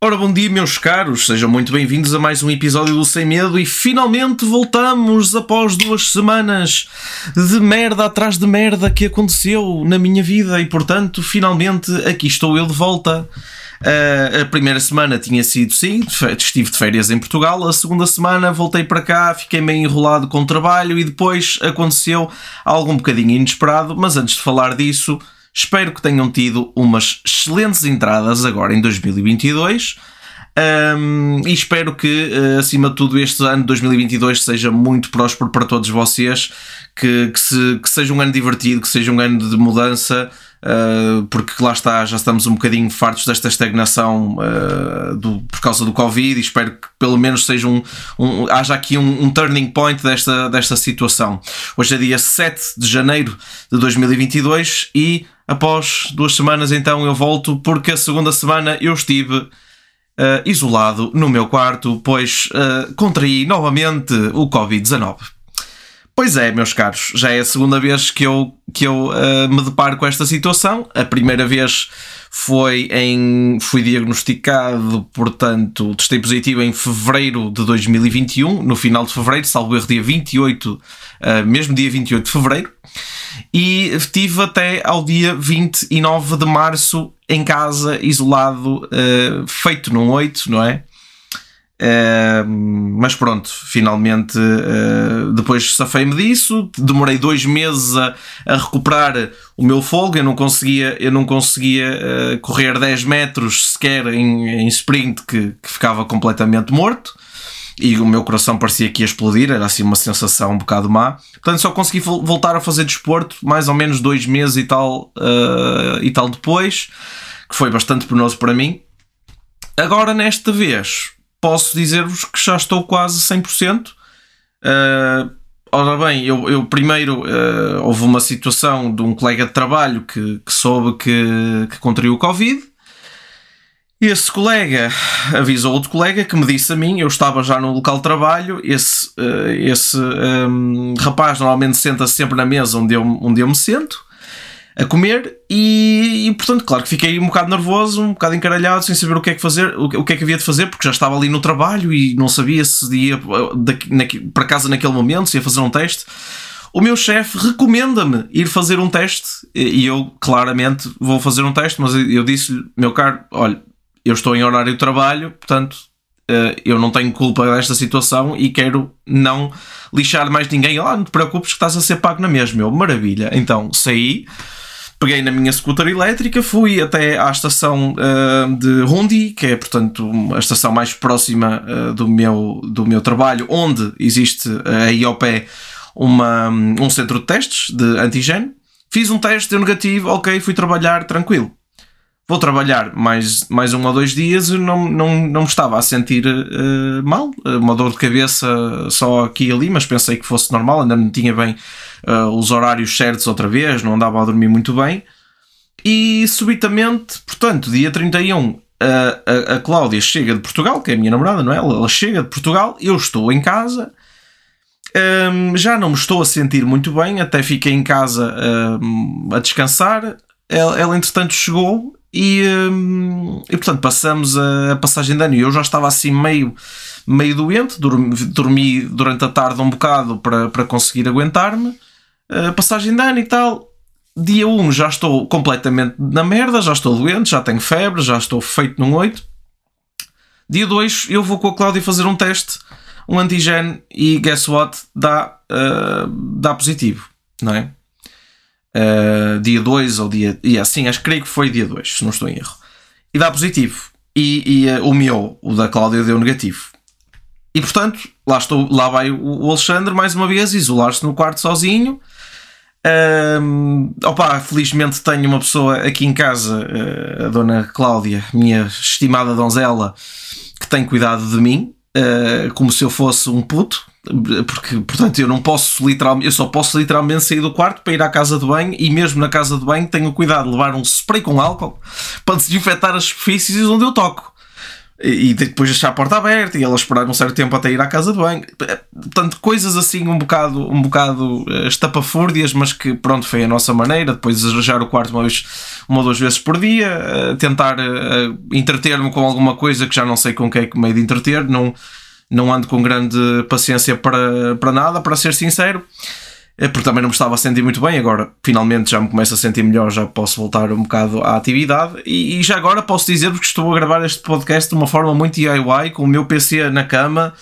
Ora, bom dia, meus caros, sejam muito bem-vindos a mais um episódio do Sem Medo e finalmente voltamos após 2 semanas de merda atrás de merda que aconteceu na minha vida e, portanto, finalmente aqui estou eu de volta. A primeira semana tinha sido, sim, estive de férias em Portugal. A segunda semana voltei para cá, fiquei meio enrolado com o trabalho e depois aconteceu algo um bocadinho inesperado, mas antes de falar disso, espero que tenham tido umas excelentes entradas agora em 2022 e espero que, acima de tudo, este ano de 2022 seja muito próspero para todos vocês, que seja um ano divertido, que seja um ano de mudança, porque lá está, já estamos um bocadinho fartos desta estagnação por causa do Covid e espero que pelo menos seja haja aqui um turning point desta situação. Hoje é dia 7 de janeiro de 2022 e após 2 semanas então eu volto, porque a segunda semana eu estive isolado no meu quarto, pois contraí novamente o Covid-19. Pois é, meus caros, já é a segunda vez que eu me deparo com esta situação. A primeira vez fui diagnosticado, portanto, testei positivo em fevereiro de 2021, no final de fevereiro, salvo erro, mesmo dia 28 de fevereiro, e estive até ao dia 29 de março em casa, isolado, feito num 8, não é? Mas pronto, finalmente depois safei-me disso. Demorei 2 meses a recuperar o meu fôlego. Eu não conseguia correr 10 metros sequer em sprint, que ficava completamente morto e o meu coração parecia que ia explodir. Era assim uma sensação um bocado má. Portanto, só consegui voltar a fazer desporto mais ou menos 2 meses e tal depois, que foi bastante penoso para mim. Agora, nesta vez, posso dizer-vos que já estou quase 100%. Ora bem, eu primeiro houve uma situação de um colega de trabalho que soube que contraiu o Covid. Esse colega avisou outro colega que me disse a mim. Eu estava já no local de trabalho. Esse rapaz normalmente senta-se sempre na mesa onde eu me sento a comer e portanto, claro que fiquei um bocado nervoso, um bocado encaralhado, sem saber o que é que fazer, o que é que havia de fazer, porque já estava ali no trabalho e não sabia se ia para casa naquele momento, se ia fazer um teste. O meu chefe recomenda-me ir fazer um teste e eu claramente vou fazer um teste, mas eu disse-lhe: meu caro, olha, eu estou em horário de trabalho, portanto eu não tenho culpa desta situação e quero não lixar mais ninguém. Não te preocupes que estás a ser pago na mesma. Maravilha. Então saí, peguei na minha scooter elétrica, fui até à estação de Hundi, que é, portanto, a estação mais próxima do meu trabalho, onde existe aí ao pé um centro de testes de antigênio. Fiz um teste, deu negativo, ok, fui trabalhar tranquilo. Vou trabalhar mais 1 ou 2 dias e não me estava a sentir mal, uma dor de cabeça só aqui e ali, mas pensei que fosse normal, ainda não tinha bem os horários certos outra vez, não andava a dormir muito bem. E subitamente, portanto, dia 31, a Cláudia chega de Portugal, que é a minha namorada, não é? Ela chega de Portugal, eu estou em casa, já não me estou a sentir muito bem, até fiquei em casa a descansar. Ela entretanto chegou e portanto passamos a passagem de ano e eu já estava assim meio doente. Dormi durante a tarde um bocado para conseguir aguentar-me. Passagem de ano e tal. Dia 1 já estou completamente na merda, já estou doente, já tenho febre, já estou feito num 8. Dia 2 eu vou com a Cláudia fazer um teste, um antigene, e guess what? Dá positivo, não é? Dia 2 ou dia... assim, creio que foi dia 2, se não estou em erro. E dá positivo. E o da Cláudia deu negativo. E portanto, lá vai o Alexandre mais uma vez isolar-se no quarto sozinho. Felizmente tenho uma pessoa aqui em casa, a dona Cláudia, minha estimada donzela, que tem cuidado de mim, como se eu fosse um puto. Porque, portanto, eu só posso literalmente sair do quarto para ir à casa de banho, e mesmo na casa de banho tenho cuidado de levar um spray com álcool para desinfetar as superfícies onde eu toco. e depois deixar a porta aberta e ela esperar um certo tempo até ir à casa de banho. Portanto, coisas assim um bocado estapafúrdias, mas que pronto, foi a nossa maneira. Depois arranjar o quarto uma ou duas vezes por dia, tentar entreter-me com alguma coisa que já não sei com que é que meio de entreter. Não ando com grande paciência para nada, para ser sincero, porque também não me estava a sentir muito bem. Agora finalmente já me começo a sentir melhor, já posso voltar um bocado à atividade, e já agora posso dizer-vos que estou a gravar este podcast de uma forma muito DIY, com o meu PC na cama,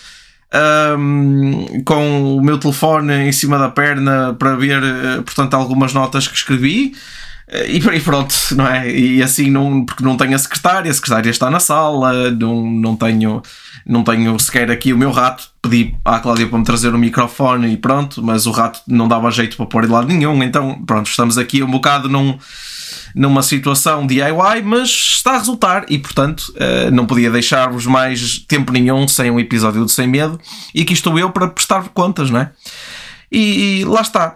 com o meu telefone em cima da perna para ver, portanto, algumas notas que escrevi. E pronto, não é? E assim, porque não tenho a secretária está na sala, não tenho sequer aqui o meu rato. Pedi à Cláudia para me trazer o microfone e pronto, mas o rato não dava jeito para pôr de lado nenhum. Então pronto, estamos aqui um bocado numa situação DIY, mas está a resultar, e portanto não podia deixar-vos mais tempo nenhum sem um episódio de Sem Medo, e aqui estou eu para prestar contas, não é? E lá está.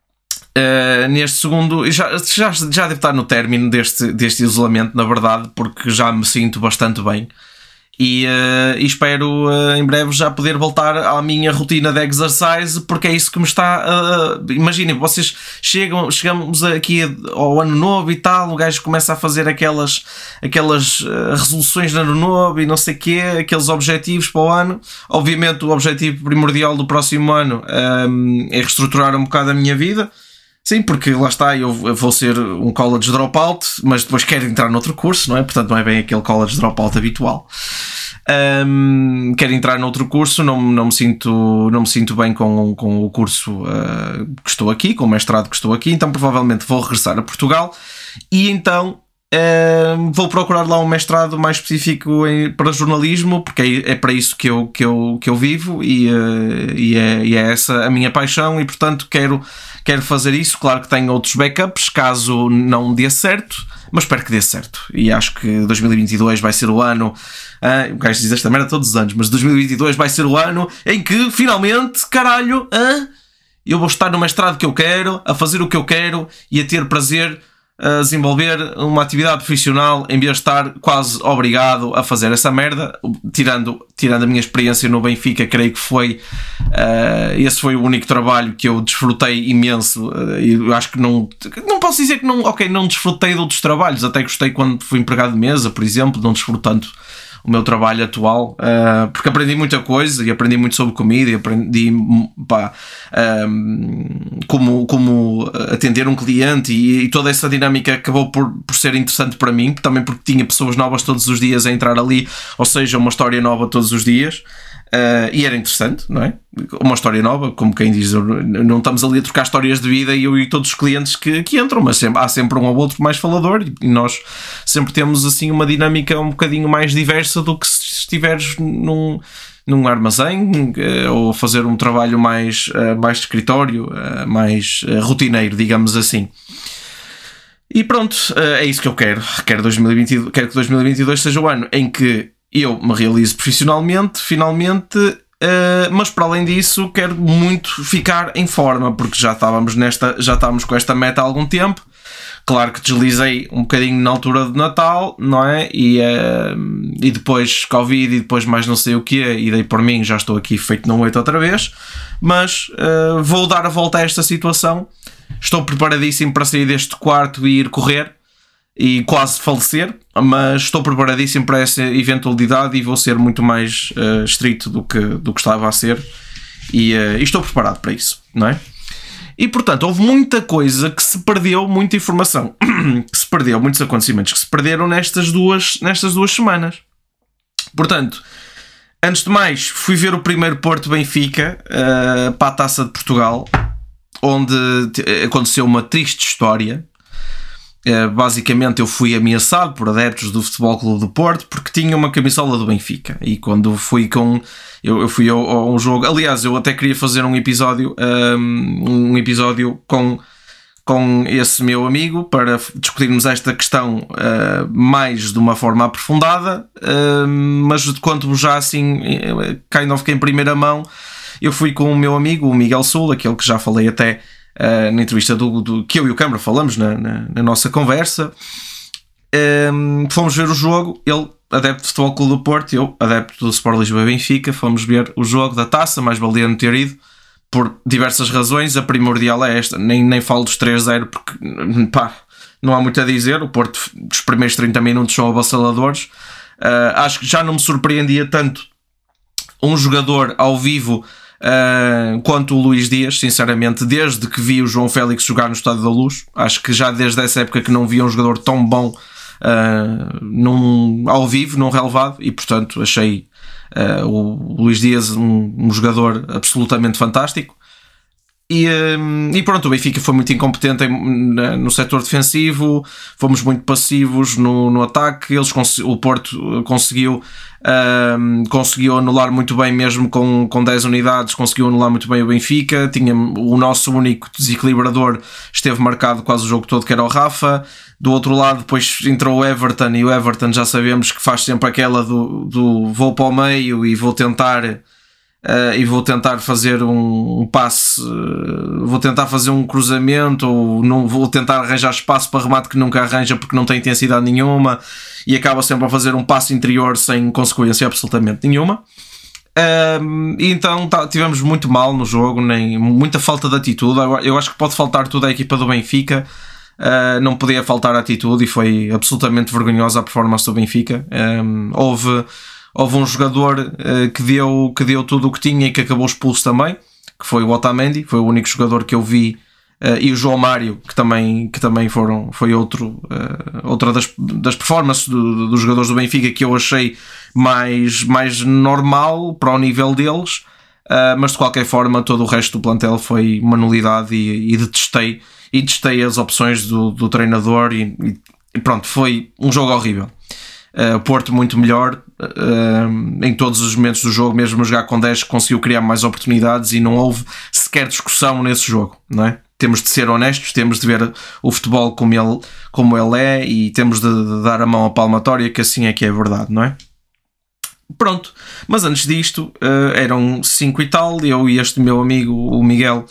Neste segundo, já devo estar no término deste isolamento, na verdade, porque já me sinto bastante bem, e espero em breve já poder voltar à minha rotina de exercise, porque é isso que me está imaginem, vocês chegamos aqui ao ano novo e tal, o gajo começa a fazer aquelas resoluções de ano novo e não sei o quê, aqueles objetivos para o ano. Obviamente o objetivo primordial do próximo ano é reestruturar um bocado a minha vida. Sim, porque lá está, eu vou ser um college dropout, mas depois quero entrar noutro curso, não é? Portanto, não é bem aquele college dropout habitual. Quero entrar noutro curso, não me sinto bem com o curso que estou aqui, com o mestrado que estou aqui, então provavelmente vou regressar a Portugal, e então vou procurar lá um mestrado mais específico para jornalismo, porque é para isso que eu vivo, e é essa a minha paixão, e portanto quero fazer isso. Claro que tenho outros backups caso não dê certo, mas espero que dê certo, e acho que 2022 vai ser o ano, o gajo diz esta merda todos os anos, mas 2022 vai ser o ano em que finalmente, caralho, eu vou estar no mestrado que eu quero, a fazer o que eu quero e a ter prazer a desenvolver uma atividade profissional, em vez de estar quase obrigado a fazer essa merda. Tirando a minha experiência no Benfica, creio que esse foi o único trabalho que eu desfrutei imenso, e eu acho que não posso dizer que não desfrutei de outros trabalhos, até gostei quando fui empregado de mesa, por exemplo, não desfruto tanto o meu trabalho atual, porque aprendi muita coisa, e aprendi muito sobre comida, e aprendi como atender um cliente, e toda essa dinâmica acabou por ser interessante para mim, também porque tinha pessoas novas todos os dias a entrar ali, ou seja, uma história nova todos os dias. E era interessante, não é? Uma história nova, como quem diz, não estamos ali a trocar histórias de vida, e eu e todos os clientes que entram, mas há sempre um ou outro mais falador, e nós sempre temos assim uma dinâmica um bocadinho mais diversa do que se estiveres num armazém, ou fazer um trabalho mais de escritório, mais rotineiro, digamos assim. E pronto, é isso que eu quero. Quero que 2022 seja o ano em que eu me realizo profissionalmente, finalmente, mas para além disso quero muito ficar em forma, porque já estávamos com esta meta há algum tempo. Claro que deslizei um bocadinho na altura de Natal, não é? E depois Covid, e depois mais não sei o quê, e dei por mim, já estou aqui feito na noite outra vez, mas vou dar a volta a esta situação. Estou preparadíssimo para sair deste quarto e ir correr, e quase falecer, mas estou preparadíssimo para essa eventualidade, e vou ser muito mais estrito do que estava a ser, e estou preparado para isso, não é? E portanto houve muita coisa que se perdeu, muita informação que se perdeu, muitos acontecimentos que se perderam nestas duas semanas. Portanto, antes de mais, fui ver o primeiro Porto Benfica para a Taça de Portugal, onde aconteceu uma triste história. Basicamente eu fui ameaçado por adeptos do Futebol Clube do Porto porque tinha uma camisola do Benfica, e quando fui eu fui a um jogo, aliás eu até queria fazer um episódio com esse meu amigo para discutirmos esta questão mais de uma forma aprofundada, mas conto-vos já assim que em primeira mão. Eu fui com o meu amigo, o Miguel Sul, aquele que já falei até na entrevista que eu e o Câmara falamos na nossa conversa. Fomos ver o jogo. Ele adepto de Futebol Clube do Porto, eu, adepto do Sport Lisboa e Benfica, fomos ver o jogo da taça, mais valia não ter ido, por diversas razões. A primordial é esta, nem falo dos 3-0 porque, pá, não há muito a dizer. O Porto, os primeiros 30 minutos são avassaladores. Acho que já não me surpreendia tanto um jogador ao vivo quanto o Luís Dias, sinceramente, desde que vi o João Félix jogar no Estádio da Luz. Acho que já desde essa época que não via um jogador tão bom ao vivo, num relevado, e portanto achei o Luís Dias um jogador absolutamente fantástico. E pronto, o Benfica foi muito incompetente no setor defensivo, fomos muito passivos no ataque. O Porto conseguiu anular muito bem, mesmo com 10 unidades, conseguiu anular muito bem o Benfica. Tinha o nosso único desequilibrador, esteve marcado quase o jogo todo, que era o Rafa. Do outro lado depois entrou o Everton, e o Everton já sabemos que faz sempre aquela do vou para o meio e vou tentar fazer um passe, vou tentar fazer um cruzamento, ou não vou tentar arranjar espaço para remate, que nunca arranja porque não tem intensidade nenhuma, e acaba sempre a fazer um passe interior sem consequência absolutamente nenhuma. Então tivemos muito mal no jogo, muita falta de atitude. Eu acho que pode faltar tudo à equipa do Benfica. Não podia faltar a atitude, e foi absolutamente vergonhosa a performance do Benfica. Houve um jogador que deu tudo o que tinha e que acabou expulso também, que foi o Otamendi. Foi o único jogador que eu vi, e o João Mário, que também foi outra das performances dos jogadores do Benfica, que eu achei mais normal para o nível deles. Mas de qualquer forma todo o resto do plantel foi uma nulidade, e detestei as opções do treinador, e pronto, foi um jogo horrível. O Porto muito melhor em todos os momentos do jogo, mesmo a jogar com 10 conseguiu criar mais oportunidades, e não houve sequer discussão nesse jogo, não é? Temos de ser honestos, temos de ver o futebol como ele é, e temos de dar a mão à palmatória, que assim é que é verdade, não é? Pronto, mas antes disto eram 5 e tal, eu e este meu amigo, o Miguel,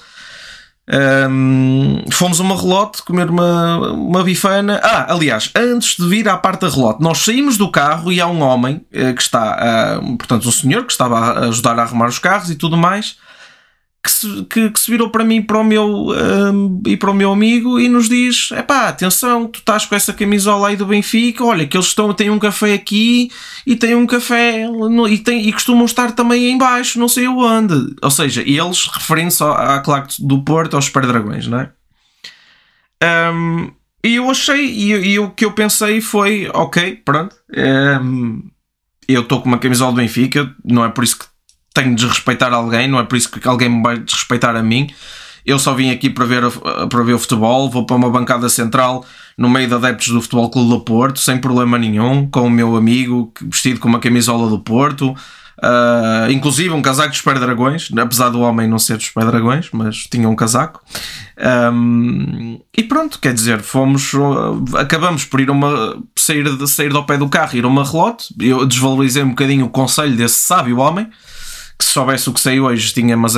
fomos a uma relote comer uma bifana. Aliás, antes de vir à parte da relote, nós saímos do carro e há um homem que está, portanto um senhor que estava a ajudar a arrumar os carros e tudo mais, que se virou para mim e para o meu amigo, e nos diz: epá, atenção, tu estás com essa camisola aí do Benfica, olha que eles têm um café aqui e têm um café e costumam estar também em baixo, não sei onde. Ou seja, eles referindo-se à claque do Porto, aos Super Dragões, não é? E eu achei, e o que eu pensei foi: ok, pronto, eu estou com uma camisola do Benfica, não é por isso que tenho de desrespeitar alguém, não é por isso que alguém me vai desrespeitar a mim. Eu só vim aqui para ver o futebol, vou para uma bancada central no meio de adeptos do Futebol Clube do Porto, sem problema nenhum, com o meu amigo vestido com uma camisola do Porto, inclusive um casaco dos Super Dragões, apesar do homem não ser dos Super Dragões, mas tinha um casaco. E pronto, quer dizer, acabamos por sair do pé do carro e ir a uma relote. Eu desvalorizei um bocadinho o conselho desse sábio homem, que se soubesse o que sei hoje tinha, mas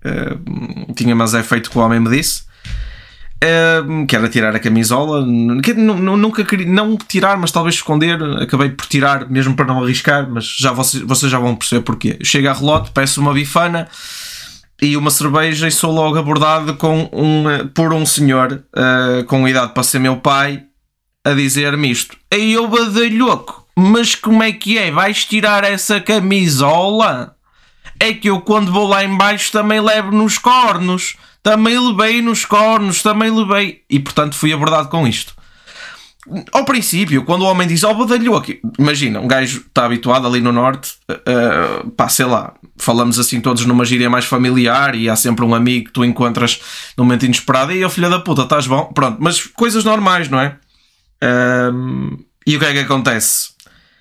é feito que o homem me disse, que era tirar a camisola. Nunca queria não tirar, mas talvez esconder. Acabei por tirar mesmo para não arriscar, mas vocês já vão perceber porquê. Chego à relote, peço uma bifana e uma cerveja, e sou logo abordado por um senhor com idade para ser meu pai, a dizer-me isto: ei, eu badalhoco, mas como é que é? Vais tirar essa camisola? É que eu, quando vou lá em baixo, também levo nos cornos. Também levei nos cornos, também levei. E portanto fui abordado com isto. Ao princípio, quando o homem diz: ó, badalhoco, imagina, um gajo está habituado ali no norte, sei lá, falamos assim todos numa gíria mais familiar, e há sempre um amigo que tu encontras num momento inesperado, e filho da puta, estás bom? Pronto, mas coisas normais, não é? E o que é que acontece?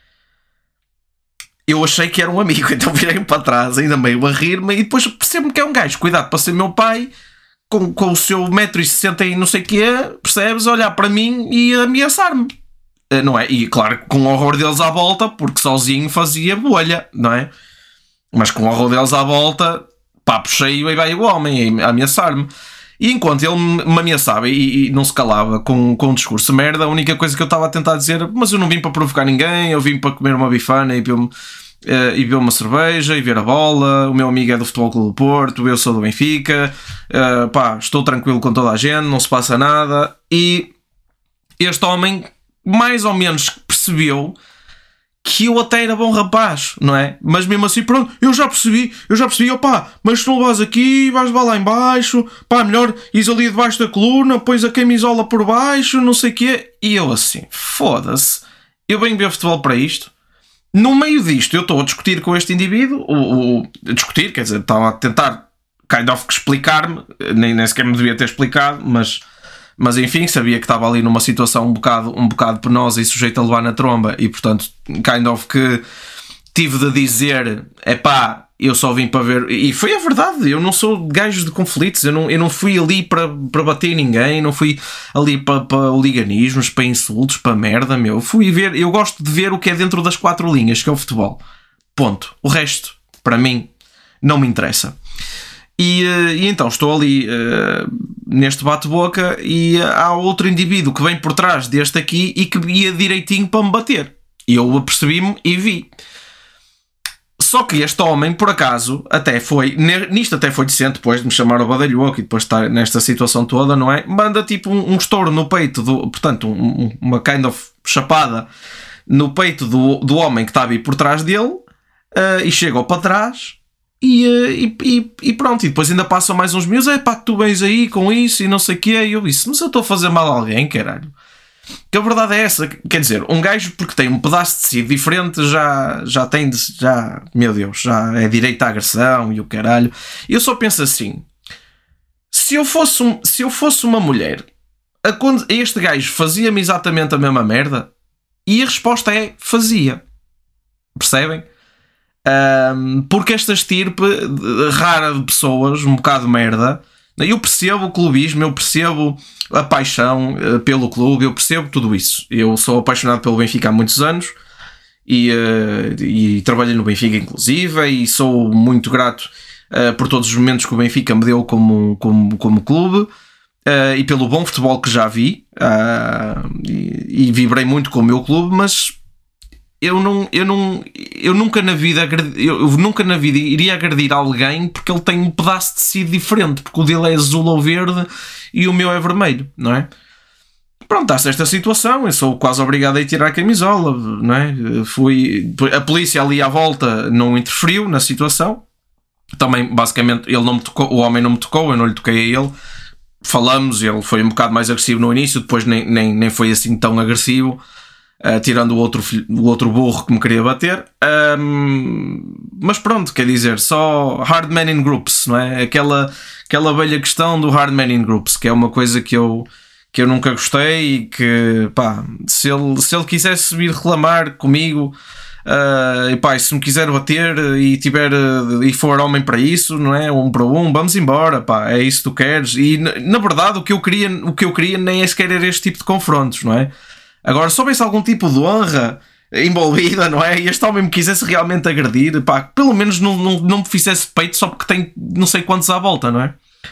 Eu achei que era um amigo, então virei-me para trás, ainda meio a rir-me, e depois percebo-me que é um gajo, cuidado para ser meu pai, com o seu 1,60 m e não sei o quê, percebes? Olhar para mim e ameaçar-me, não é? E claro, com o horror deles à volta, porque sozinho fazia bolha, não é? Mas com o horror deles à volta, papo cheio, e vai o homem a ameaçar-me. E enquanto ele me ameaçava e não se calava com um discurso de merda, a única coisa que eu estava a tentar dizer, mas eu não vim para provocar ninguém, eu vim para comer uma bifana e beber uma cerveja e ver a bola. O meu amigo é do Futebol Clube do Porto, eu sou do Benfica, estou tranquilo com toda a gente, não se passa nada. E este homem mais ou menos percebeu que eu até era bom rapaz, não é? Mas mesmo assim, pronto, eu já percebi, opá, mas se não vais aqui, vais lá em baixo, melhor ires ali debaixo da coluna, pões a camisola por baixo, não sei o quê. E eu assim, foda-se, eu venho ver futebol para isto. No meio disto, eu estou a discutir com este indivíduo, discutir, quer dizer, estava a tentar kind of explicar-me, nem sequer me devia ter explicado, mas enfim, sabia que estava ali numa situação um bocado penosa e sujeita a levar na tromba, e portanto, kind of que tive de dizer, eu só vim para ver, e foi a verdade, eu não sou gajo de conflitos, eu não fui ali para bater ninguém, não fui ali para oliganismos, para insultos, para merda, meu, fui ver, eu gosto de ver o que é dentro das 4 linhas, que é o futebol, ponto, o resto, para mim, não me interessa. E então estou ali neste bate-boca e há outro indivíduo que vem por trás deste aqui e que ia direitinho para me bater. E eu apercebi-me e vi. Só que este homem, por acaso, até foi decente, depois de me chamar o badalhoco e depois de estar nesta situação toda, não é? Manda tipo um estouro no peito, portanto, uma kind of chapada no peito do homem que estava aí por trás dele, e chega para trás. E pronto, e depois ainda passam mais uns meses, que tu vens aí com isso e não sei o que é, e eu disse, mas eu estou a fazer mal a alguém, caralho. Que a verdade é essa, quer dizer, um gajo porque tem um pedaço de si diferente já tem, meu Deus, já é direito à agressão e o caralho. Eu só penso assim, se eu fosse uma mulher, este gajo fazia-me exatamente a mesma merda, e a resposta é, fazia. Percebem? Porque esta estirpe rara de pessoas, um bocado de merda, eu percebo o clubismo, eu percebo a paixão pelo clube, eu percebo tudo isso. Eu sou apaixonado pelo Benfica há muitos anos e trabalhei no Benfica inclusive, e sou muito grato por todos os momentos que o Benfica me deu como clube, e pelo bom futebol que já vi, e vibrei muito com o meu clube, mas eu nunca na vida iria agredir alguém porque ele tem um pedaço de si diferente, porque o dele é azul ou verde e o meu é vermelho, não é? Pronto, está-se esta situação, eu sou quase obrigado a ir tirar a camisola, não é? A polícia ali à volta não interferiu na situação, também basicamente ele não me tocou, o homem não me tocou, eu não lhe toquei a ele, falamos, ele foi um bocado mais agressivo no início, depois nem foi assim tão agressivo. Tirando o outro burro que me queria bater, mas pronto, quer dizer, só hard man in groups, não é? Aquela velha questão do hard man in groups, que é uma coisa que eu nunca gostei, e que se ele quisesse vir reclamar comigo, se me quiser bater e for homem para isso, não é? 1 para 1, vamos embora, é isso que tu queres. E na verdade o que eu queria nem é sequer era este tipo de confrontos, não é? Agora, se houvesse algum tipo de honra envolvida, não é? E este homem me quisesse realmente agredir, pelo menos não me fizesse peito só porque tem não sei quantos à volta, não é?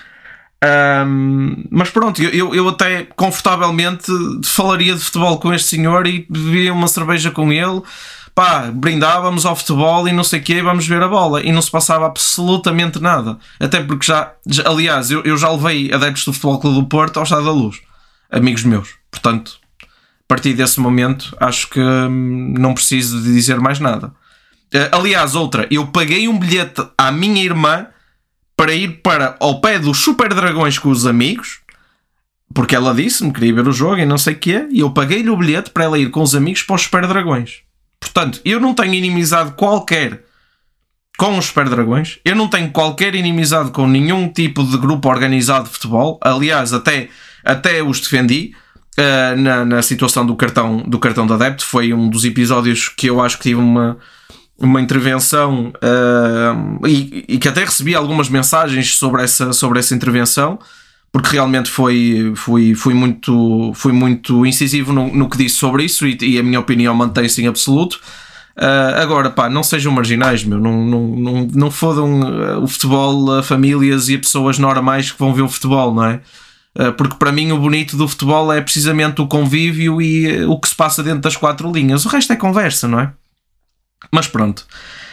Mas pronto, eu até confortavelmente falaria de futebol com este senhor e bebia uma cerveja com ele, brindávamos ao futebol e não sei o quê, vamos ver a bola, e não se passava absolutamente nada. Até porque aliás, eu já levei adeptos do Futebol Clube do Porto ao Estado da Luz, amigos meus, portanto, a partir desse momento acho que não preciso de dizer mais nada. Aliás, eu paguei um bilhete à minha irmã para ir ao pé dos Super Dragões com os amigos, porque ela disse-me que queria ver o jogo e não sei o quê, e eu paguei-lhe o bilhete para ela ir com os amigos para os Super Dragões. Portanto, eu não tenho inimizade qualquer com os Super Dragões, eu não tenho qualquer inimizade com nenhum tipo de grupo organizado de futebol. Aliás, até os defendi. Na situação do cartão de adepto, foi um dos episódios que eu acho que tive uma intervenção, e que até recebi algumas mensagens sobre essa intervenção, porque realmente fui muito incisivo no que disse sobre isso, e a minha opinião mantém-se em absoluto. Agora, pá, não sejam marginais, meu. Não fodam o futebol a famílias e a pessoas normais que vão ver o futebol, não é? Porque para mim o bonito do futebol é precisamente o convívio e o que se passa dentro das quatro linhas. O resto é conversa, não é? Mas pronto.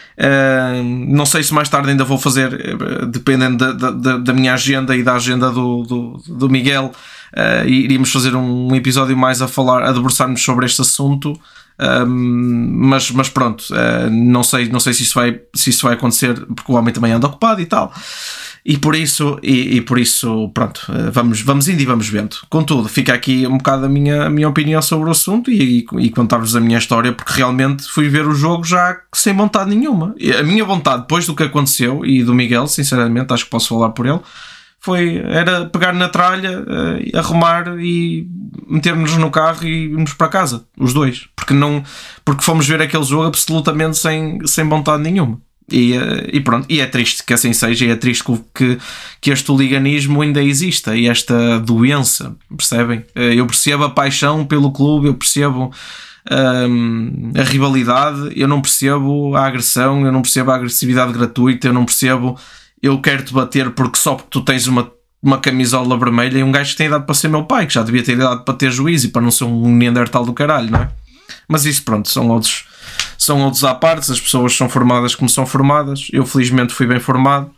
Não sei se mais tarde ainda vou fazer, dependendo da minha agenda e da agenda do Miguel, iríamos fazer um episódio mais a debruçar-nos sobre este assunto. Mas pronto, não sei se isso vai acontecer, porque o homem também anda ocupado e tal. E por isso, pronto, vamos indo e vamos vendo. Contudo, fica aqui um bocado a minha opinião sobre o assunto e contar-vos a minha história, porque realmente fui ver o jogo já sem vontade nenhuma. A minha vontade, depois do que aconteceu, e do Miguel, sinceramente, acho que posso falar por ele, era pegar na tralha, arrumar e meter-nos no carro e irmos para casa, os dois. Porque fomos ver aquele jogo absolutamente sem vontade nenhuma. E pronto, e é triste que assim seja, e é triste que este hooliganismo ainda exista, e esta doença, percebem? Eu percebo a paixão pelo clube, eu percebo a rivalidade, eu não percebo a agressão, eu não percebo a agressividade gratuita, eu não percebo eu quero-te bater porque tu tens uma camisola vermelha, e um gajo que tem idade para ser meu pai, que já devia ter idade para ter juízo e para não ser um neandertal do caralho, não é? Mas isso, pronto, são outros à parte. As pessoas são formadas como são formadas. Eu felizmente fui bem formado,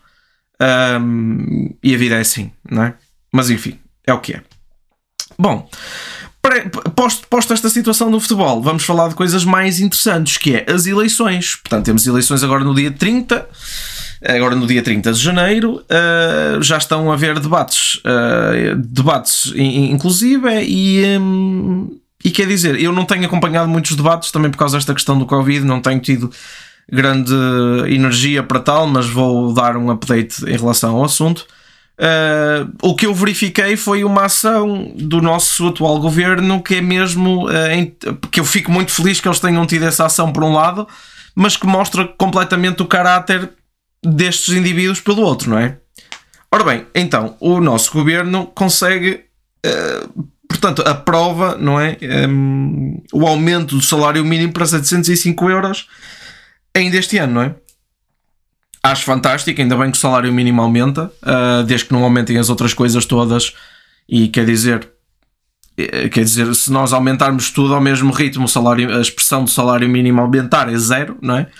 e a vida é assim, não é? Mas enfim, é o que é. Bom, posto esta situação do futebol, vamos falar de coisas mais interessantes, que é as eleições. Portanto, temos eleições agora no dia 30. Agora no dia 30 de janeiro, já estão a haver debates inclusive, e quer dizer, eu não tenho acompanhado muitos debates, também por causa desta questão do Covid, não tenho tido grande energia para tal, mas vou dar um update em relação ao assunto. O que eu verifiquei foi uma ação do nosso atual governo, que é mesmo que eu fico muito feliz que eles tenham tido essa ação por um lado, mas que mostra completamente o caráter destes indivíduos pelo outro, não é? Ora bem, então o nosso governo consegue, portanto, aprova, não é, o aumento do salário mínimo para 705 euros ainda este ano, não é? Acho fantástico, ainda bem que o salário mínimo aumenta, desde que não aumentem as outras coisas todas. E quer dizer, se nós aumentarmos tudo ao mesmo ritmo, a expressão do salário mínimo aumentar é zero, não é?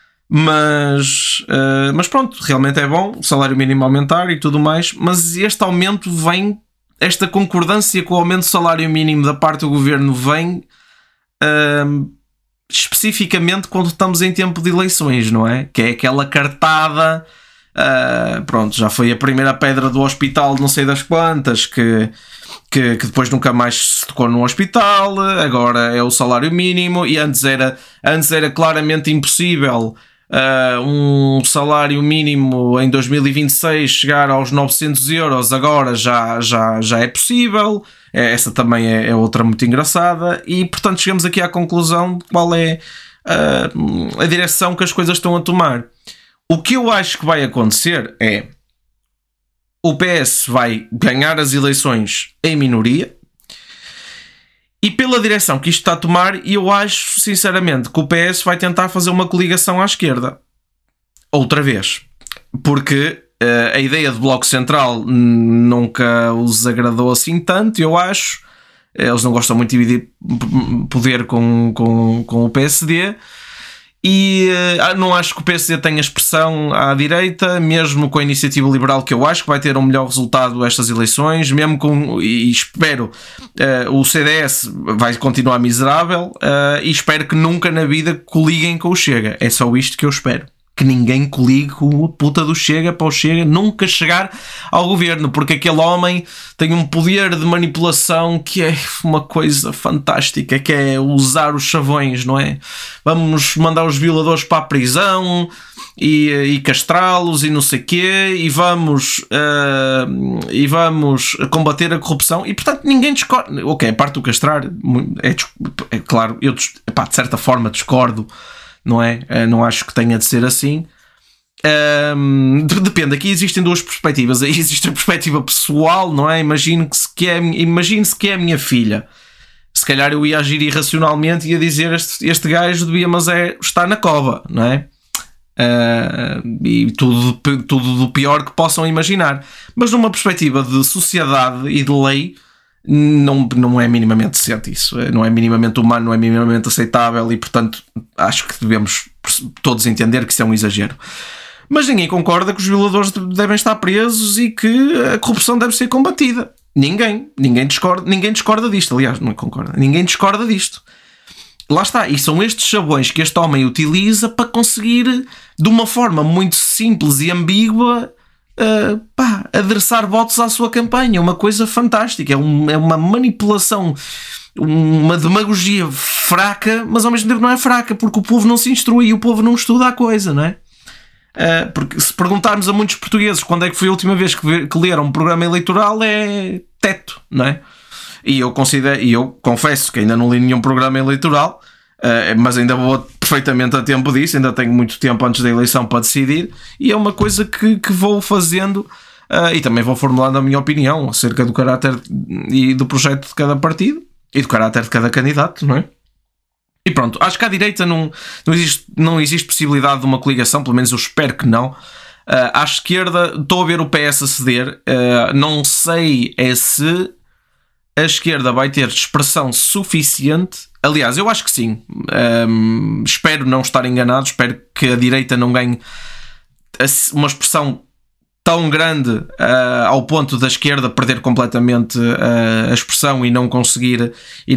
Mas pronto, realmente é bom o salário mínimo aumentar e tudo mais, mas este aumento vem, esta concordância com o aumento do salário mínimo da parte do governo vem especificamente quando estamos em tempo de eleições, não é? Que é aquela cartada, pronto, já foi a primeira pedra do hospital não sei das quantas, que depois nunca mais se tocou no hospital, agora é o salário mínimo, e antes era claramente impossível um salário mínimo em 2026 chegar aos 900 euros, agora já é possível. Essa também é outra muito engraçada, e portanto chegamos aqui à conclusão de qual é a direção que as coisas estão a tomar. O que eu acho que vai acontecer é o PS vai ganhar as eleições em minoria, e pela direção que isto está a tomar, eu acho sinceramente que o PS vai tentar fazer uma coligação à esquerda outra vez, porque a ideia do Bloco Central nunca os agradou assim tanto, eu acho. Eles não gostam muito de dividir poder com o PSD, e não acho que o PSD tenha expressão à direita, mesmo com a Iniciativa Liberal, que eu acho que vai ter um melhor resultado estas eleições, mesmo e espero, o CDS vai continuar miserável, e espero que nunca na vida coliguem com o Chega. É só isto que eu espero, que ninguém coligue com a puta do Chega, para o Chega nunca chegar ao governo, porque aquele homem tem um poder de manipulação que é uma coisa fantástica, que é usar os chavões, não é? Vamos mandar os violadores para a prisão e castrá-los e não sei quê, e vamos combater a corrupção, e portanto ninguém discorda. Ok, a parte do castrar é claro, eu de certa forma discordo, não é? Não acho que tenha de ser assim. Depende, aqui existem duas perspectivas. Existe a perspectiva pessoal, não é? Imagine-se que é a minha filha. se calhar eu ia agir irracionalmente e ia dizer este gajo devia, mas estar na cova, não é? E tudo do pior que possam imaginar. Mas numa perspectiva de sociedade e de lei, não é minimamente decente isso. Não é minimamente humano, não é minimamente aceitável e, portanto, acho que devemos todos entender que isso é um exagero. Mas ninguém concorda que os violadores devem estar presos e que a corrupção deve ser combatida. Ninguém discorda disto. Aliás, não concorda. Ninguém discorda disto. Lá está. E são estes chavões que este homem utiliza para conseguir, de uma forma muito simples e ambígua, adereçar votos à sua campanha. É uma coisa fantástica. É uma manipulação, uma demagogia fraca, mas ao mesmo tempo não é fraca, porque o povo não se instrui e o povo não estuda a coisa, não é? Porque se perguntarmos a muitos portugueses quando é que foi a última vez que leram um programa eleitoral, é teto, não é? E eu confesso que ainda não li nenhum programa eleitoral, mas ainda vou perfeitamente a tempo disso, ainda tenho muito tempo antes da eleição para decidir, e é uma coisa que vou fazendo, e também vou formulando a minha opinião acerca do caráter e do projeto de cada partido e do caráter de cada candidato, não é? E pronto, acho que à direita não existe possibilidade de uma coligação, pelo menos eu espero que não. À esquerda, estou a ver o PS a ceder, não sei se a esquerda vai ter expressão suficiente. Aliás, eu acho que sim. Espero não estar enganado, espero que a direita não ganhe uma expressão tão grande ao ponto da esquerda perder completamente a expressão e não conseguir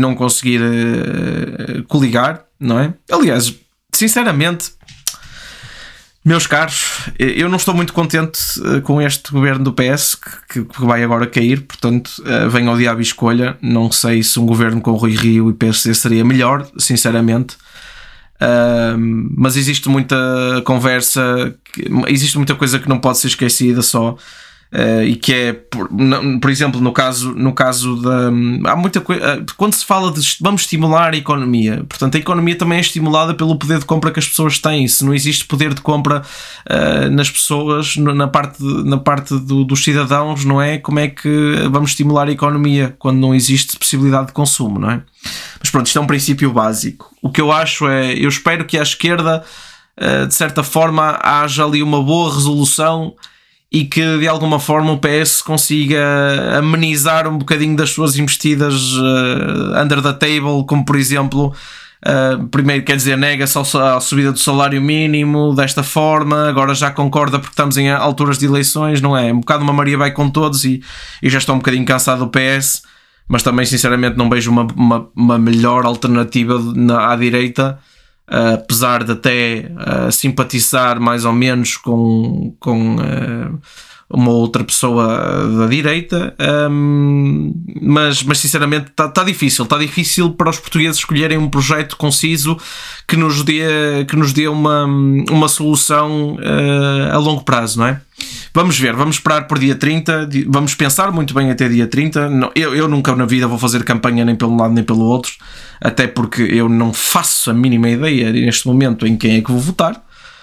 coligar, não é? Aliás, sinceramente, meus caros, eu não estou muito contente com este governo do PS que vai agora cair, portanto, venha ao diabo e escolha. Não sei se um governo com Rui Rio e PSD seria melhor, sinceramente. Mas existe muita conversa, existe muita coisa que não pode ser esquecida só, e que é, por exemplo, no caso da, há muita coisa quando se fala de vamos estimular a economia. Portanto, a economia também é estimulada pelo poder de compra que as pessoas têm. Se não existe poder de compra nas pessoas, na parte dos cidadãos, não é? Como é que vamos estimular a economia quando não existe possibilidade de consumo, não é? Mas pronto, isto é um princípio básico. O que eu acho eu espero que à esquerda, de certa forma, haja ali uma boa resolução e que de alguma forma o PS consiga amenizar um bocadinho das suas investidas under the table, como por exemplo, primeiro, quer dizer, nega-se a subida do salário mínimo desta forma, agora já concorda porque estamos em alturas de eleições, não é? Um bocado uma Maria vai com todos e já estou um bocadinho cansado do PS, mas também sinceramente não vejo uma melhor alternativa à direita, apesar de até simpatizar mais ou menos com uma outra pessoa da direita, mas sinceramente está difícil para os portugueses escolherem um projeto conciso que nos dê uma solução a longo prazo, não é? Vamos ver, vamos esperar por dia 30, vamos pensar muito bem até dia 30. Eu nunca na vida vou fazer campanha nem pelo lado nem pelo outro, até porque eu não faço a mínima ideia neste momento em quem é que vou votar.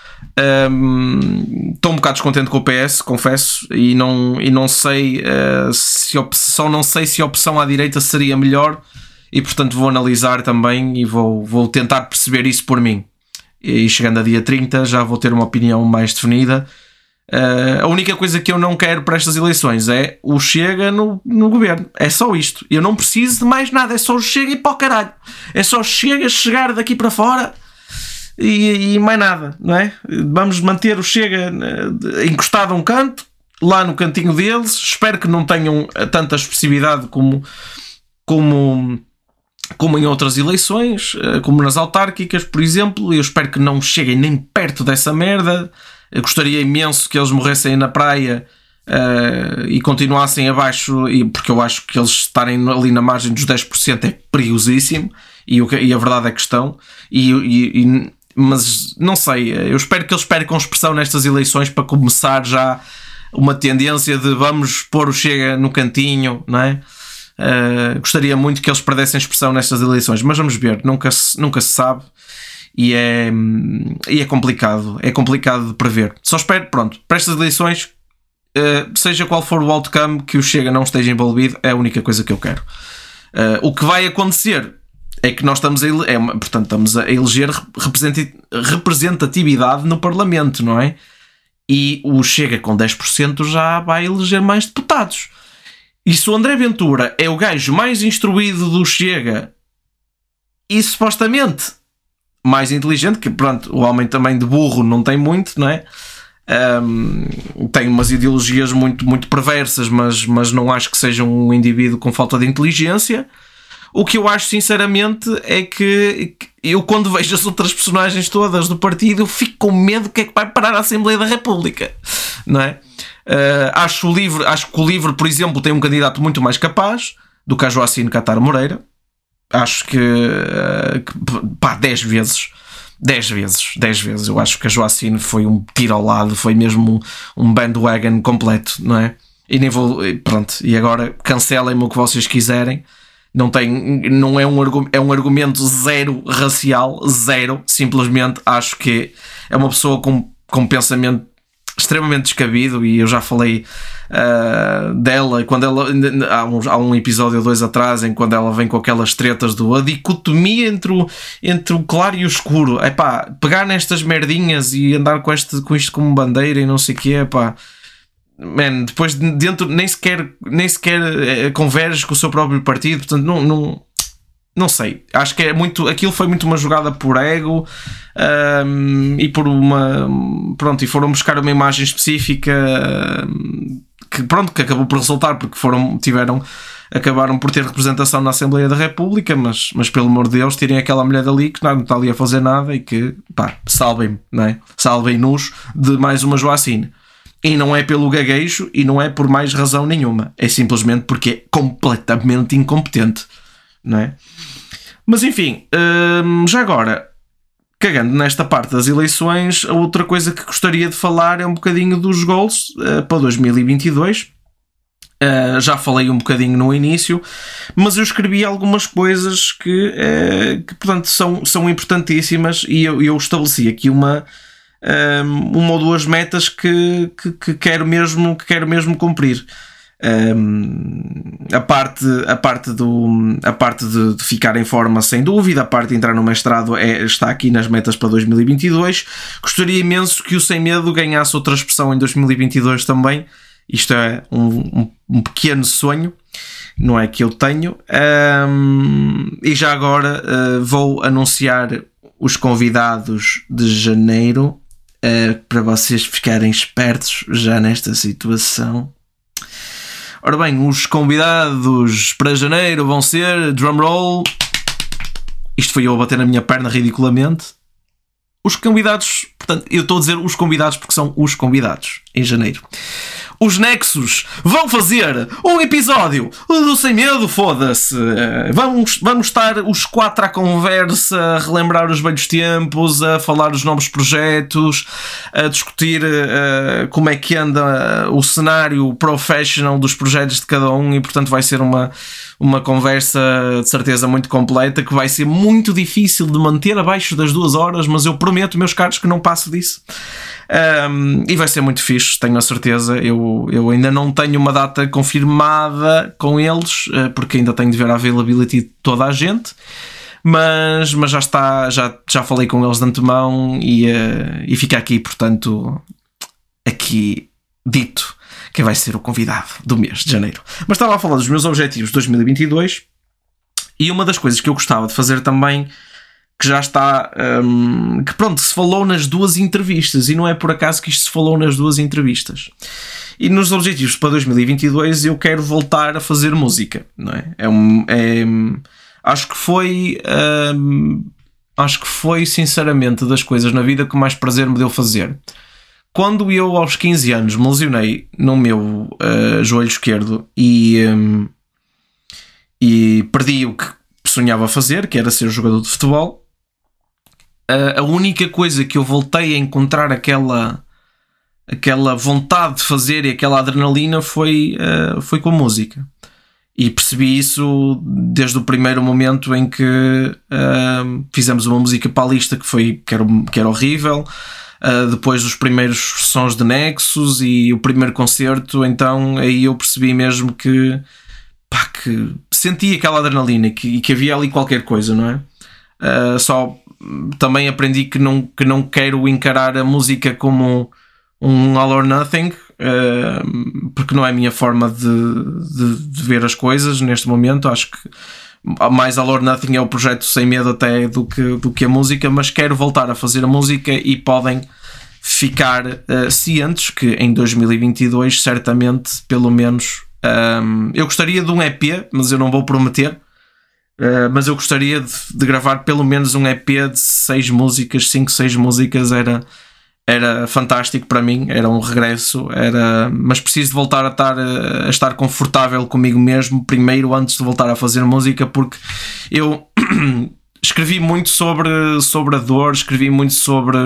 Estou um bocado descontente com o PS, confesso, e não sei só não sei se a opção à direita seria melhor, e portanto vou analisar também e vou tentar perceber isso por mim, e chegando a dia 30 já vou ter uma opinião mais definida. A única coisa que eu não quero para estas eleições é o Chega no governo. É só isto. Eu não preciso de mais nada. É só o Chega e para o caralho. É só o Chega chegar daqui para fora e mais nada, não é? Vamos manter o Chega encostado a um canto, lá no cantinho deles. Espero que não tenham tanta expressividade como em outras eleições, como nas autárquicas, por exemplo. Eu espero que não cheguem nem perto dessa merda. Eu gostaria imenso que eles morressem na praia e continuassem abaixo, porque eu acho que eles estarem ali na margem dos 10% é perigosíssimo, e a verdade é que estão. Mas não sei, eu espero que eles percam expressão nestas eleições para começar já uma tendência de vamos pôr o Chega no cantinho, não é? Gostaria muito que eles perdessem expressão nestas eleições, mas vamos ver, nunca se sabe. E é complicado de prever. Só espero, pronto, para estas eleições, seja qual for o outcome, que o Chega não esteja envolvido, é a única coisa que eu quero. O que vai acontecer é que nós estamos estamos a eleger representatividade no Parlamento, não é? E o Chega com 10% já vai eleger mais deputados. E se o André Ventura é o gajo mais instruído do Chega e supostamente mais inteligente, que pronto, o homem também de burro não tem muito, não é? Tem umas ideologias muito, muito perversas, mas não acho que seja um indivíduo com falta de inteligência. O que eu acho sinceramente é que eu, quando vejo as outras personagens todas do partido, eu fico com medo do que é que vai parar a Assembleia da República, não é? Acho que o LIVRE, por exemplo, tem um candidato muito mais capaz do que a Joacine Catar Moreira. Acho que 10 vezes. Eu acho que a Joacine foi um tiro ao lado, foi mesmo um bandwagon completo, não é? E nem vou, pronto, e agora cancelem-me o que vocês quiserem. Não é um argumento zero racial, zero. Simplesmente acho que é uma pessoa com pensamento extremamente descabido, e eu já falei dela quando ela, há um episódio ou dois atrás, em quando ela vem com aquelas tretas a dicotomia entre o claro e o escuro. Pegar nestas merdinhas e andar com isto como bandeira e não sei o que é, man, depois dentro nem sequer converge com o seu próprio partido. Portanto, não sei, acho que aquilo foi muito uma jogada por ego, e por e foram buscar uma imagem específica, que acabou por resultar, porque acabaram por ter representação na Assembleia da República, mas pelo amor de Deus, tirem aquela mulher dali que não está ali a fazer nada, e que salvem-me, não é? Salvem-nos de mais uma Joacine. E não é pelo gaguejo, e não é por mais razão nenhuma, é simplesmente porque é completamente incompetente, não é? Mas enfim, já agora, cagando nesta parte das eleições, a outra coisa que gostaria de falar é um bocadinho dos goals para 2022. Já falei um bocadinho no início, mas eu escrevi algumas coisas que portanto, são importantíssimas, e eu estabeleci aqui uma ou duas metas que quero mesmo cumprir. A parte de ficar em forma, sem dúvida. A parte de entrar no mestrado está aqui nas metas para 2022. Gostaria imenso que o Sem Medo ganhasse outra expressão em 2022 também. Isto é um pequeno sonho, não é, que eu tenho. E já agora vou anunciar os convidados de janeiro, para vocês ficarem espertos já nesta situação. Ora bem, os convidados para janeiro vão ser, drumroll, isto foi eu a bater na minha perna ridiculamente, os convidados, portanto, eu estou a dizer os convidados porque são os convidados em janeiro. Os Nexus vão fazer um episódio do Sem Medo, foda-se. Vamos estar os 4 à conversa, a relembrar os velhos tempos, a falar dos novos projetos, a discutir como é que anda o cenário professional dos projetos de cada um, e portanto vai ser uma conversa de certeza muito completa, que vai ser muito difícil de manter abaixo das 2 horas, mas eu prometo, meus caros, que não passo disso. E vai ser muito fixe, tenho a certeza. Eu ainda não tenho uma data confirmada com eles, porque ainda tenho de ver a availability de toda a gente, mas já está, já falei com eles de antemão, e fica aqui, portanto, aqui dito que vai ser o convidado do mês de janeiro. Mas estava a falar dos meus objetivos de 2022, e uma das coisas que eu gostava de fazer também, que já está, que pronto, se falou nas 2 entrevistas, e não é por acaso que isto se falou nas 2 entrevistas. E nos objetivos para 2022 eu quero voltar a fazer música, não é? Acho que foi sinceramente das coisas na vida que mais prazer me deu fazer. Quando eu aos 15 anos me lesionei no meu joelho esquerdo e perdi o que sonhava fazer, que era ser jogador de futebol, a única coisa que eu voltei a encontrar aquela vontade de fazer e aquela adrenalina foi com a música. E percebi isso desde o primeiro momento em que fizemos uma música para a lista que era horrível. Depois dos primeiros sons de Nexus e o primeiro concerto, então aí eu percebi mesmo que senti aquela adrenalina e que havia ali qualquer coisa, não é? Só também aprendi que não quero encarar a música como um all or nothing, porque não é a minha forma de ver as coisas neste momento. Acho que mais all or nothing é o projeto Sem Medo até do que a música, mas quero voltar a fazer a música e podem ficar cientes que em 2022 certamente, pelo menos, eu gostaria de um EP, mas eu não vou prometer. Mas eu gostaria de gravar pelo menos um EP de 6 músicas, 5, 6 músicas. Era fantástico para mim, era um regresso, mas preciso de voltar a estar confortável comigo mesmo primeiro, antes de voltar a fazer música, porque eu escrevi muito sobre a dor, escrevi muito sobre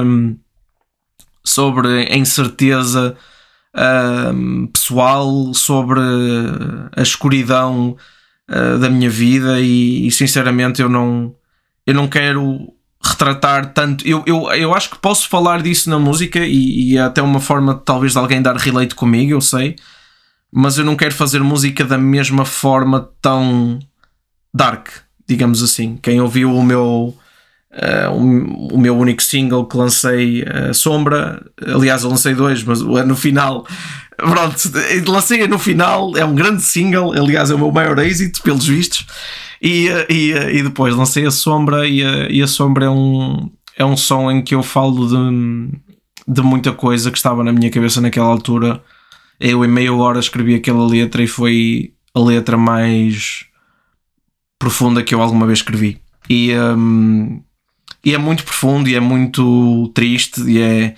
a incerteza pessoal, sobre a escuridão da minha vida, e sinceramente eu não quero retratar tanto. Eu acho que posso falar disso na música e é até uma forma talvez de alguém dar relate comigo, eu sei, mas eu não quero fazer música da mesma forma tão dark, digamos assim. Quem ouviu o meu único single que lancei, Sombra, aliás eu lancei 2, mas no final, pronto, lancei no final, é um grande single, aliás é o meu maior êxito pelos vistos, e depois lancei a Sombra, e a Sombra é um som em que eu falo de muita coisa que estava na minha cabeça naquela altura. Eu em meia hora escrevi aquela letra e foi a letra mais profunda que eu alguma vez escrevi, e é muito profundo e é muito triste, e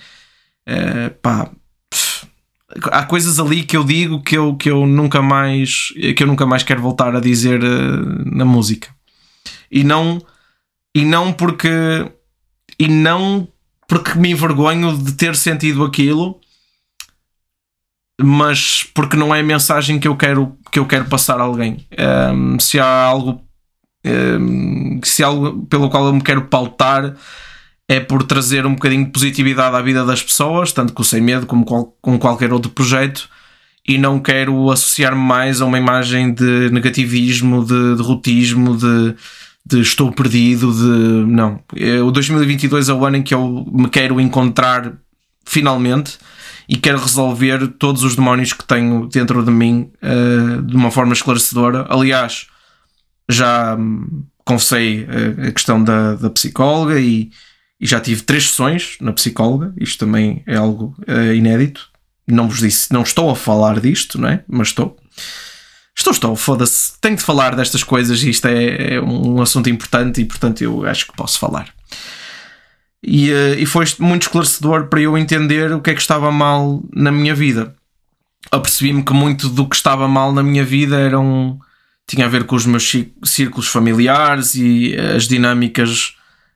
há coisas ali que eu digo que eu nunca mais quero voltar a dizer na música, e não porque me envergonho de ter sentido aquilo, mas porque não é a mensagem que eu quero passar a alguém. Se há algo pelo qual eu me quero pautar, é por trazer um bocadinho de positividade à vida das pessoas, tanto com o Sem Medo como com qualquer outro projeto, e não quero associar-me mais a uma imagem de negativismo, de derrotismo, de estou perdido, não. O 2022 é o ano em que eu me quero encontrar finalmente e quero resolver todos os demónios que tenho dentro de mim de uma forma esclarecedora. Aliás, já confessei a questão da psicóloga e já tive 3 sessões na psicóloga. Isto também é algo inédito. Não vos disse, não estou a falar disto, não é? Mas estou, foda-se. Tenho de falar destas coisas, e isto é um assunto importante, e portanto eu acho que posso falar. E foi muito esclarecedor para eu entender o que é que estava mal na minha vida. Apercebi-me que muito do que estava mal na minha vida tinha a ver com os meus círculos familiares e as dinâmicas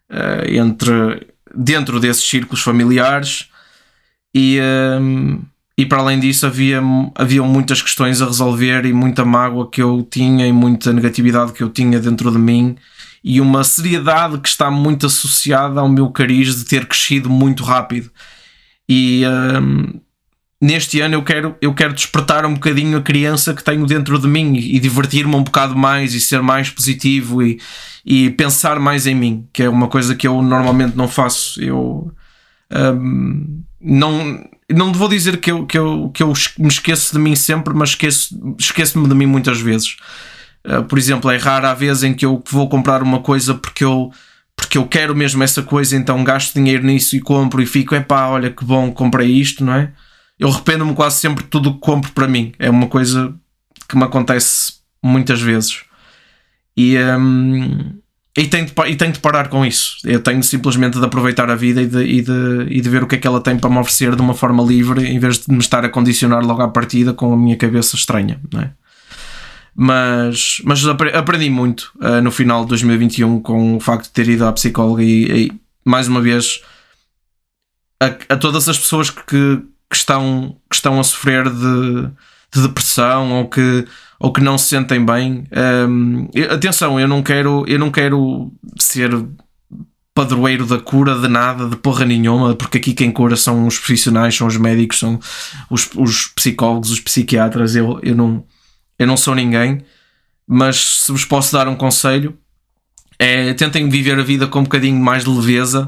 dentro desses círculos familiares, e para além disso haviam muitas questões a resolver, e muita mágoa que eu tinha, e muita negatividade que eu tinha dentro de mim, e uma seriedade que está muito associada ao meu cariz de ter crescido muito rápido. E neste ano eu quero despertar um bocadinho a criança que tenho dentro de mim, e divertir-me um bocado mais, e ser mais positivo, e pensar mais em mim, que é uma coisa que eu normalmente não faço. Eu não vou dizer que eu me esqueço de mim sempre, mas esqueço-me de mim muitas vezes. Por exemplo, é rara a vez em que eu vou comprar uma coisa porque eu quero mesmo essa coisa, então gasto dinheiro nisso e compro, e fico, olha que bom, comprei isto, não é? Eu arrependo-me quase sempre de tudo o que compro para mim. É uma coisa que me acontece muitas vezes, e tenho de parar com isso. Eu tenho simplesmente de aproveitar a vida e de ver o que é que ela tem para me oferecer de uma forma livre, em vez de me estar a condicionar logo à partida com a minha cabeça estranha, não é? Mas aprendi muito no final de 2021 com o facto de ter ido à psicóloga, e mais uma vez a todas as pessoas que estão a sofrer de depressão, ou que não se sentem bem, atenção, eu não quero ser padroeiro da cura de nada, de porra nenhuma, porque aqui quem cura são os profissionais, são os médicos, são os psicólogos, os psiquiatras. Eu não sou ninguém. mas se vos posso dar um conselho, tentem viver a vida com um bocadinho mais de leveza.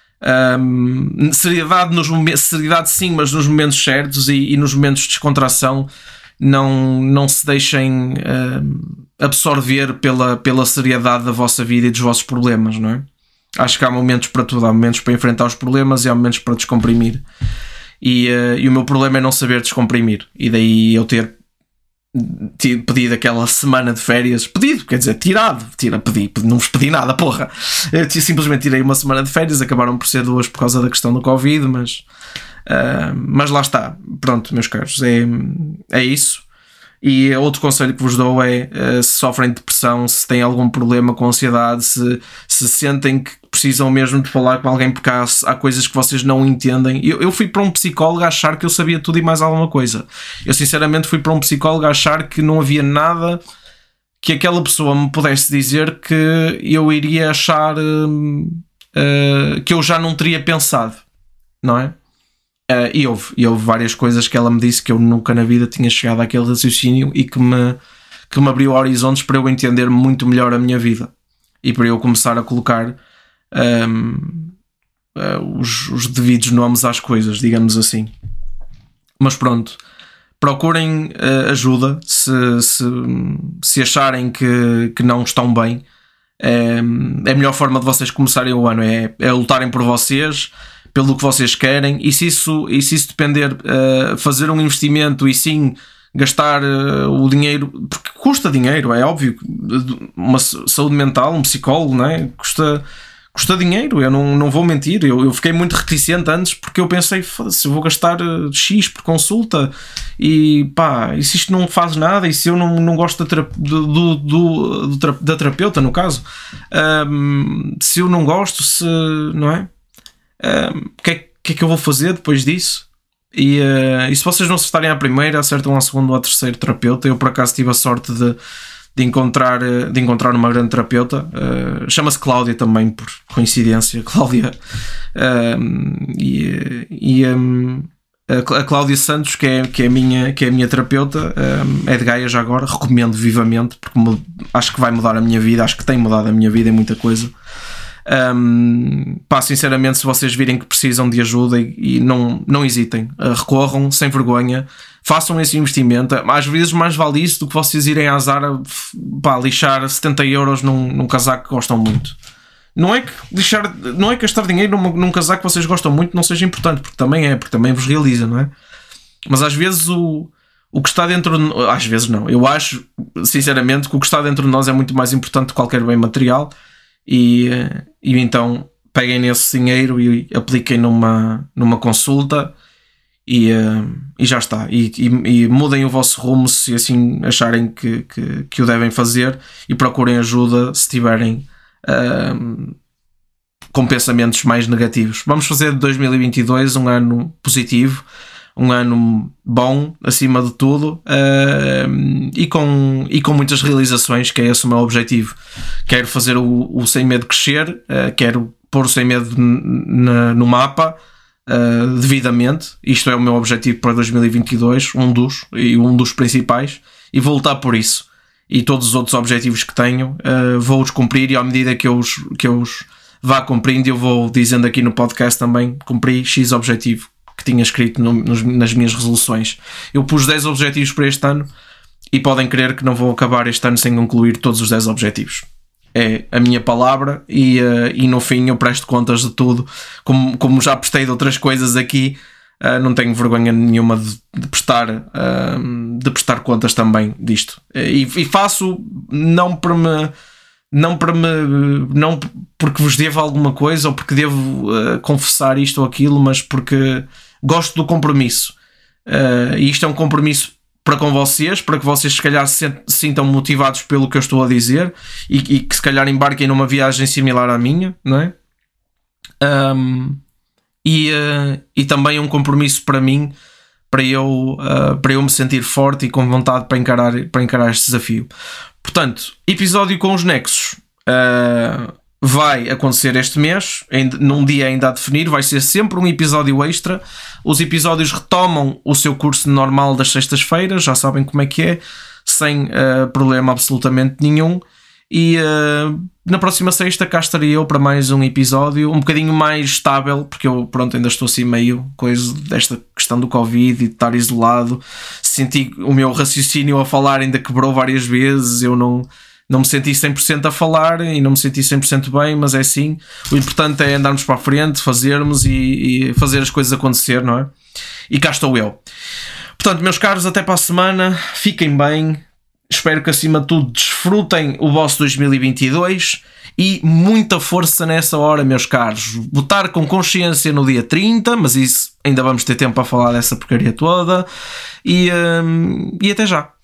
Seriedade sim, mas nos momentos certos e nos momentos de descontração. Não se deixem absorver pela seriedade da vossa vida e dos vossos problemas, não é? Acho que há momentos para tudo. Há momentos para enfrentar os problemas e há momentos para descomprimir. E o meu problema é não saber descomprimir. E daí eu ter pedido aquela semana de férias. Não vos pedi nada, porra. Eu simplesmente tirei uma semana de férias. Acabaram por ser 2 por causa da questão do Covid, mas lá está. Pronto, meus caros, é isso. E outro conselho que vos dou é, se sofrem de depressão, se têm algum problema com ansiedade, se sentem que precisam mesmo de falar com alguém porque há coisas que vocês não entendem. Eu fui para um psicólogo a achar que eu sabia tudo e mais alguma coisa. Eu sinceramente fui para um psicólogo a achar que não havia nada que aquela pessoa me pudesse dizer que eu iria achar que eu já não teria pensado, não é? E houve várias coisas que ela me disse que eu nunca na vida tinha chegado àquele raciocínio e que me abriu horizontes para eu entender muito melhor a minha vida e para eu começar a colocar os devidos nomes às coisas, digamos assim. Mas pronto, procurem ajuda se acharem que não estão bem. É a melhor forma de vocês começarem o ano, é lutarem por vocês, pelo que vocês querem, e se isso depender, fazer um investimento e sim gastar o dinheiro, porque custa dinheiro, é óbvio. Uma saúde mental, um psicólogo, não é? Custa dinheiro, eu não vou mentir. Eu fiquei muito reticente antes porque eu pensei, se eu vou gastar X por consulta e se isto não faz nada, e se eu não gosto da terapeuta, no caso, se eu não gosto, não é? O que é que eu vou fazer depois disso? E se vocês não acertarem à primeira, acertam à segunda ou à terceira terapeuta. Eu por acaso tive a sorte de encontrar uma grande terapeuta, chama-se Cláudia também, por coincidência, Cláudia, a Cláudia Santos, que é a minha terapeuta, é de Gaia já agora, recomendo vivamente, porque acho que vai mudar a minha vida, acho que tem mudado a minha vida em muita coisa. Sinceramente, se vocês virem que precisam de ajuda e não hesitem, recorram sem vergonha, façam esse investimento. Às vezes mais vale isso do que vocês irem à Zara lixar 70 euros num casaco que gostam muito. Não é que gastar dinheiro num casaco que vocês gostam muito não seja importante, porque também vos realiza, não é? Mas às vezes o que está dentro de... Às vezes não, eu acho sinceramente que o que está dentro de nós é muito mais importante que qualquer bem material. E então peguem nesse dinheiro e apliquem numa consulta e já está. E mudem o vosso rumo se assim acharem que o devem fazer, e procurem ajuda se tiverem com pensamentos mais negativos. Vamos fazer de 2022 um ano positivo, um ano bom acima de tudo, e com muitas realizações, que é esse o meu objetivo. Quero fazer o Sem Medo crescer, quero pôr o Sem Medo no mapa devidamente. Isto é o meu objetivo para 2022, um dos principais, e vou lutar por isso. E todos os outros objetivos que tenho vou-os cumprir, e à medida que eu os vá cumprindo, eu vou dizendo aqui no podcast também: cumpri X objetivo que tinha escrito nas minhas resoluções. Eu pus 10 objetivos para este ano e podem crer que não vou acabar este ano sem concluir todos os 10 objetivos. É a minha palavra, e no fim eu presto contas de tudo, como já prestei de outras coisas aqui. Não tenho vergonha nenhuma de prestar contas também disto, e faço não porque vos devo alguma coisa ou porque devo confessar isto ou aquilo, mas porque gosto do compromisso, e isto é um compromisso para com vocês, para que vocês se calhar se sintam motivados pelo que eu estou a dizer, e que se calhar embarquem numa viagem similar à minha, não é? E também um compromisso para mim, para eu me sentir forte e com vontade para encarar este desafio. Portanto, episódio com os Nexos vai acontecer este mês, num dia ainda a definir. Vai ser sempre um episódio extra. Os episódios retomam o seu curso normal das sextas-feiras, já sabem como é que é. sem problema absolutamente nenhum. E na próxima sexta cá estarei eu para mais um episódio um bocadinho mais estável, porque eu ainda estou assim meio coisa desta questão do Covid e de estar isolado. Senti o meu raciocínio a falar ainda quebrou várias vezes. Eu não me senti 100% a falar e não me senti 100% bem, mas é assim. O importante é andarmos para a frente, fazermos e fazer as coisas acontecer, não é? E cá estou eu. Portanto, meus caros, até para a semana. Fiquem bem. Espero que acima de tudo desfrutem o vosso 2022 e muita força nessa hora, meus caros. Votar com consciência no dia 30, mas isso ainda vamos ter tempo para falar dessa porcaria toda. E até já.